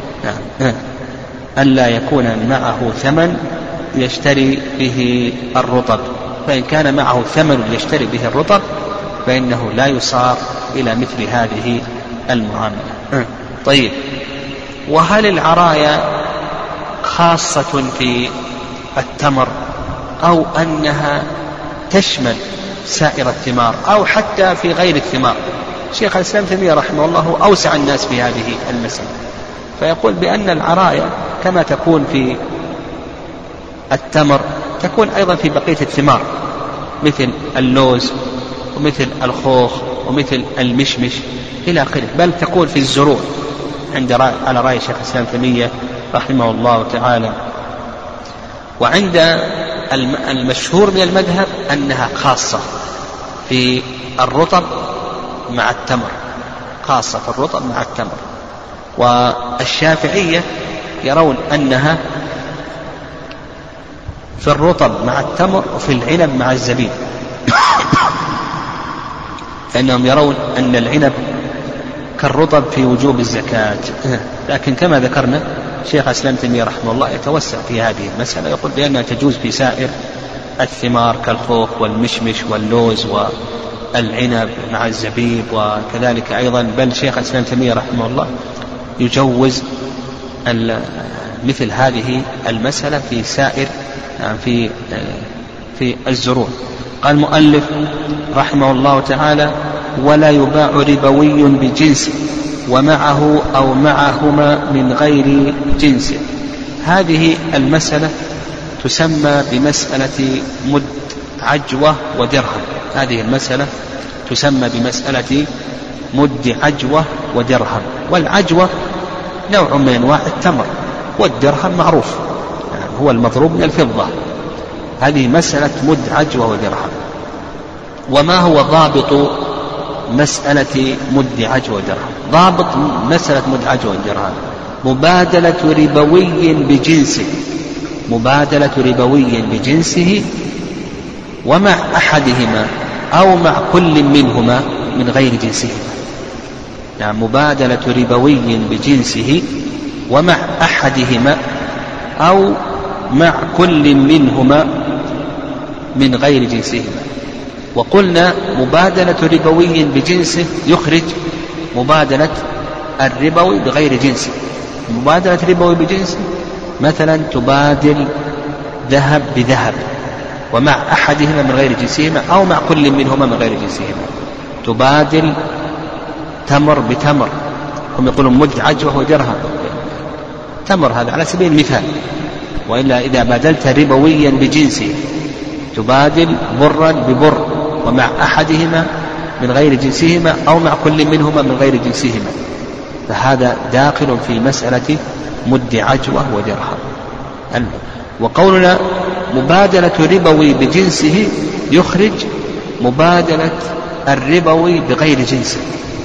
ألا يكون معه ثمن يشتري به الرطب، فإن كان معه ثمن يشتري به الرطب فإنه لا يصار إلى مثل هذه المعاملة. طيب، وهل العرايا خاصة في التمر أو أنها تشمل سائر الثمار أو حتى في غير الثمار؟ شيخ الإسلام تيمية رحمه الله أوسع الناس في هذه المسألة، فيقول بأن العرايا كما تكون في التمر تكون أيضا في بقية الثمار، مثل اللوز ومثل الخوخ ومثل المشمش إلى آخره، بل تكون في الزروع على رأي شيخ الإسلام تيمية رحمه الله تعالى. وعند المشهور من المذهب أنها خاصة في الرطب مع التمر، خاصة في الرطب مع التمر. والشافعية يرون أنها في الرطب مع التمر وفي العنب مع الزبيب، فإنهم يرون أن العنب كالرطب في وجوب الزكاة. لكن كما ذكرنا شيخ الإسلام تيمية رحمه الله يتوسع في هذه المسألة، يقول بأنها تجوز في سائر الثمار كالخوخ والمشمش واللوز والعنب مع الزبيب وكذلك أيضا، بل شيخ الإسلام تيمية رحمه الله يجوز مثل هذه المسألة في سائر في الزروع. قال المؤلف رحمه الله تعالى: ولا يباع ربوي بجنس ومعه أو معهما من غير جنس. هذه المسألة تسمى بمسألة مد عجوة ودرهم. هذه المسألة تسمى بمسألة مد عجوة ودرهم. والعجوة نوع من أنواع التمر، والدرهم معروف يعني هو المضروب من الفضة. هذه مسألة مد عجوة ودرهم. وما هو ضابط مسألة مد عجوة ودرهم؟ ضابط مسألة مد عجوة ودرهم مبادلة ربوي بجنسه، مبادلة ربوي بجنسه ومع أحدهما أو مع كل منهما من غير جنسهما. يعني مبادلة ربوي بجنسه ومع أحدهما أو مع كل منهما من غير جنسهما. وقلنا مبادلة ربوي بجنسه يخرج مبادلة الربوي بغير جنسه. مبادلة ربوي بجنسه مثلا تبادل ذهب بذهب ومع أحدهما من غير جنسهما أو مع كل منهما من غير جنسهما. تبادل تمر بتمر، هم يقولون مد عجوة ودرهم، تمر هذا على سبيل المثال. وإلا إذا بادلت ربويا بجنسه تبادل برا ببر ومع أحدهما من غير جنسهما أو مع كل منهما من غير جنسهما، فهذا داخل في مسألة مد عجوة ودرهم. وقولنا مبادلة ربوي بجنسه يخرج مبادلة الربوي بغير جنسه.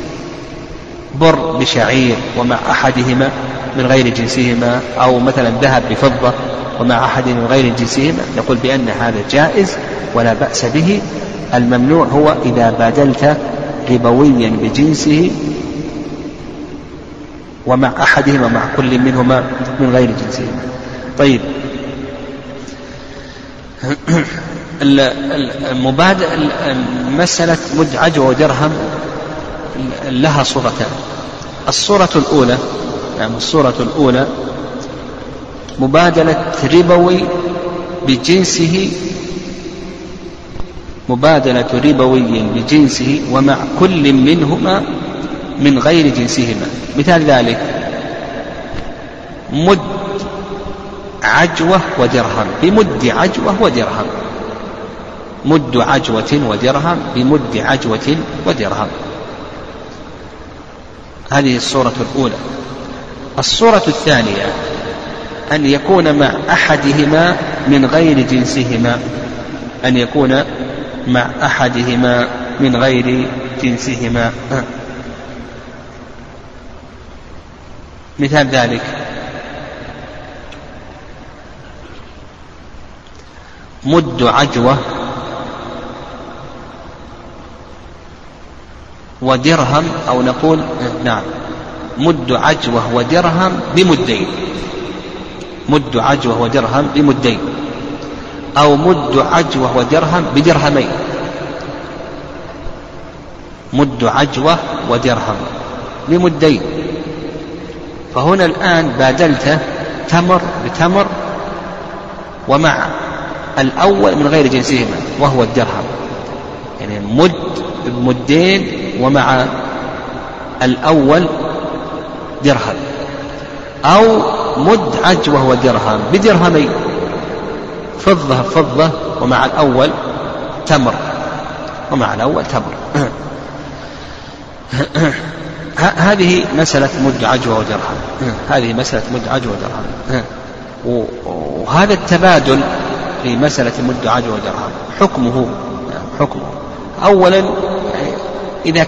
بر بشعير ومع أحدهما من غير جنسهما، أو مثلا ذهب بفضة ومع أحد من غير جنسهما، نقول بأن هذا جائز ولا بأس به. الممنوع هو إذا بادلت ربويا بجنسه ومع أحدهما مع كل منهما من غير جنسهما. طيب، مسألة مد عجوة ودرهم لها صورتان. الصورة الأولى مبادلة ربوي بجنسه، مبادلة ربوي بجنسه ومع كل منهما من غير جنسهما. مثال ذلك مد عجوة ودرهم بمد عجوة ودرهم، مد عجوة ودرهم بمد عجوة ودرهم. هذه الصورة الأولى. الصورة الثانية أن يكون مع أحدهما من غير جنسهما، أن يكون مع أحدهما من غير جنسهما. مثال ذلك مد عجوة ودرهم، أو نقول نعم مد عجوة ودرهم بمدين، مد عجوة ودرهم بمدين، أو مد عجوة ودرهم بدرهمين، مد عجوة ودرهم بمدين. فهنا الآن بادلت تمر بتمر ومع الأول من غير جنسهما وهو الدرهم، يعني مد بمدين ومع الأول درهم، أو مد عجوة ودرهم بدرهمين، فضة فضة ومع الأول تمر ومع الأول تمر. هذه مسألة مد عجوة ودرهم، هذه مسألة مد عجوة ودرهم. وهذا التبادل في مسألة مد عجوة ودرهم حكمه أولا إذا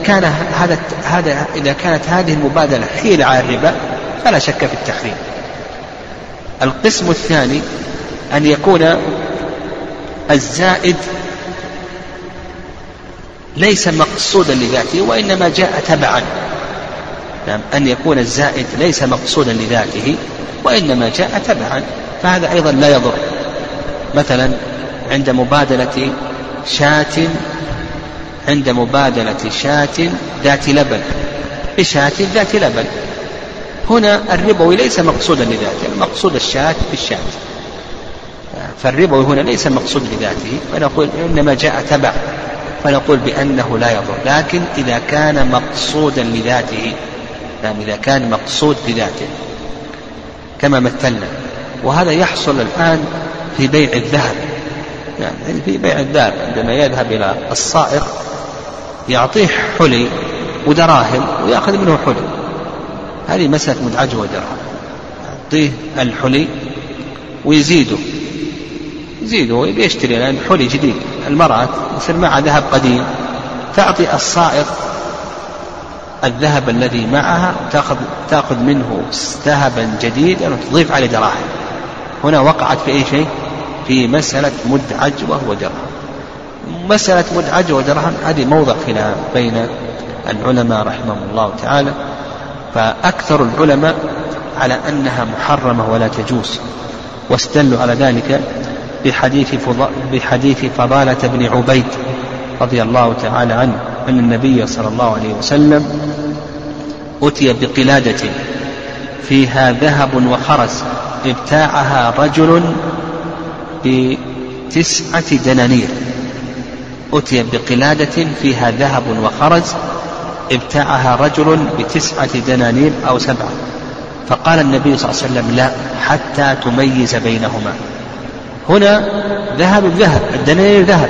كانت هذه المبادلة حيلة على الربا فلا شك في التحريم. القسم الثاني أن يكون الزائد ليس مقصودا لذاته وإنما جاء تبعا، أن يكون الزائد ليس مقصودا لذاته وإنما جاء تبعا، فهذا أيضا لا يضر. مثلا عند مبادلة شاة ذات لبن بشاة ذات لبن، هنا الربوي ليس مقصودا لذاته، المقصود الشاة بالشاة، فالربوي هنا ليس مقصود لذاته، فنقول إنما جاء تبع، فنقول بأنه لا يضر. لكن إذا كان مقصودا لذاته، يعني إذا كان مقصود لذاته كما مثلنا، وهذا يحصل الآن في بيع الذهب، يعني في بيع الذهب عندما يذهب إلى الصائغ يعطيه حلي ودراهم ويأخذ منه حلي، هذه مسألة مدعجة ودرهم، يعطيه الحلي ويزيده ويشتري لأن حلي جديد. المرأة يصير معها ذهب قديم، تعطي الصائغ الذهب الذي معها تأخذ منه ذهبا جديدا وتضيف عليه دراهم. هنا وقعت في أي شيء؟ في مسألة مدعج وهو درهم. مسألة مدعج ودرهم هذه موضع خلاف بين العلماء رحمهم الله تعالى، فأكثر العلماء على أنها محرمة ولا تجوز، واستدلوا على ذلك بحديث فضالة بن عبيد رضي الله تعالى عنه أن النبي صلى الله عليه وسلم أتي بقلادة فيها ذهب وخرز ابتاعها رجل ب9 دنانير. أتي بقلادة فيها ذهب وخرز ابتاعها رجل ب9 دنانير أو 7، فقال النبي صلى الله عليه وسلم لا حتى تميز بينهما. هنا ذهب بذهب، الدنانير ذهب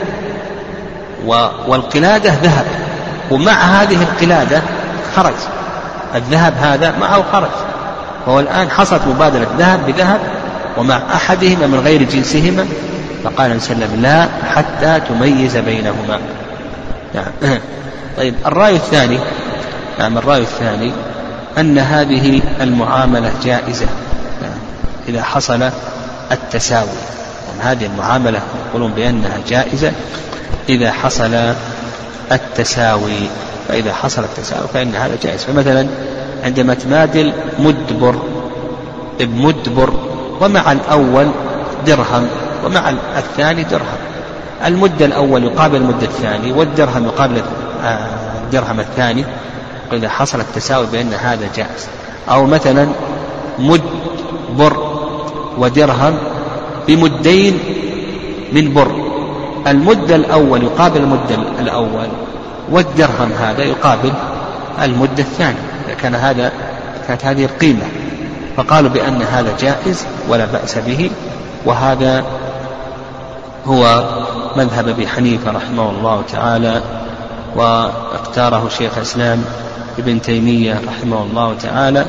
والقلادة ذهب، ومع هذه القلادة خرج، الذهب هذا معه خرج، وهو الآن حصلت مبادلة ذهب بذهب ومع أحدهما من غير جنسهما، فقال النبي صلى الله عليه وسلم لا حتى تميز بينهما. نعم. طيب الرأي الثاني أن هذه المعاملة جائزة إذا حصل التساوي، يعني هذه المعاملة يقولون بأنها جائزة إذا حصل التساوي، فإذا حصل التساوي فإن هذا جائز. فمثلا عندما تمادل مدبر بمدبر ومع الأول درهم ومع الثاني درهم، المدة الأول يقابل المدة الثاني والدرهم يقابل الدرهم الثاني، إذا حصل التساوي بأن هذا جائز. أو مثلا مد بر ودرهم بمدين من بر، المدة الأول يقابل المدة الأول والدرهم هذا يقابل المدة الثانية، كانت هذه القيمة، فقالوا بأن هذا جائز ولا بأس به. وهذا هو مذهب أبي حنيفة رحمه الله تعالى، واختاره شيخ الإسلام ابن تيمية رحمه الله تعالى،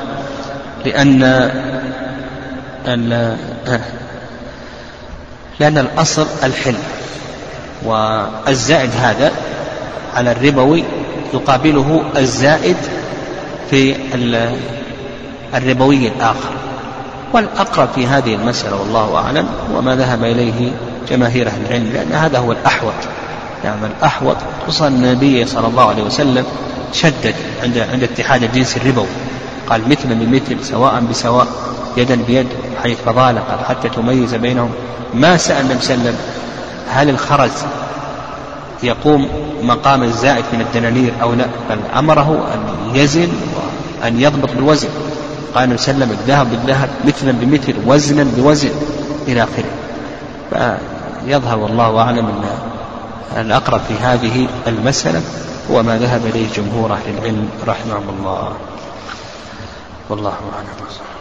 لأن الأصل الحل، والزائد هذا على الربوي يقابله الزائد في الربوي الآخر. والأقرب في هذه المسألة والله أعلم وما ذهب إليه جماهير أهل العلم، لأن هذا هو الأحوط، يعني الأحوط، خصوصا النبي صلى الله عليه وسلم شدد عند اتحاد الجنس الربوي، قال مثلا بمثل سواء بسواء يدا بيد، حيث فضالة قال حتى تميز بينهم. ما سأل النبي صلى الله عليه وسلم هل الخرز يقوم مقام الزائد من الدنانير أو لا، بل أمره أن يزن وأن يضبط بالوزن. قال النبي صلى الله عليه وسلم الذهب بالذهب مثلا بمثل وزنا بوزن إلى آخره. فيظهر والله أعلم أن الأقرب في هذه المسألة هو ما ذهب إليه جمهور أهل العلم رحمهم الله، والله أعلم.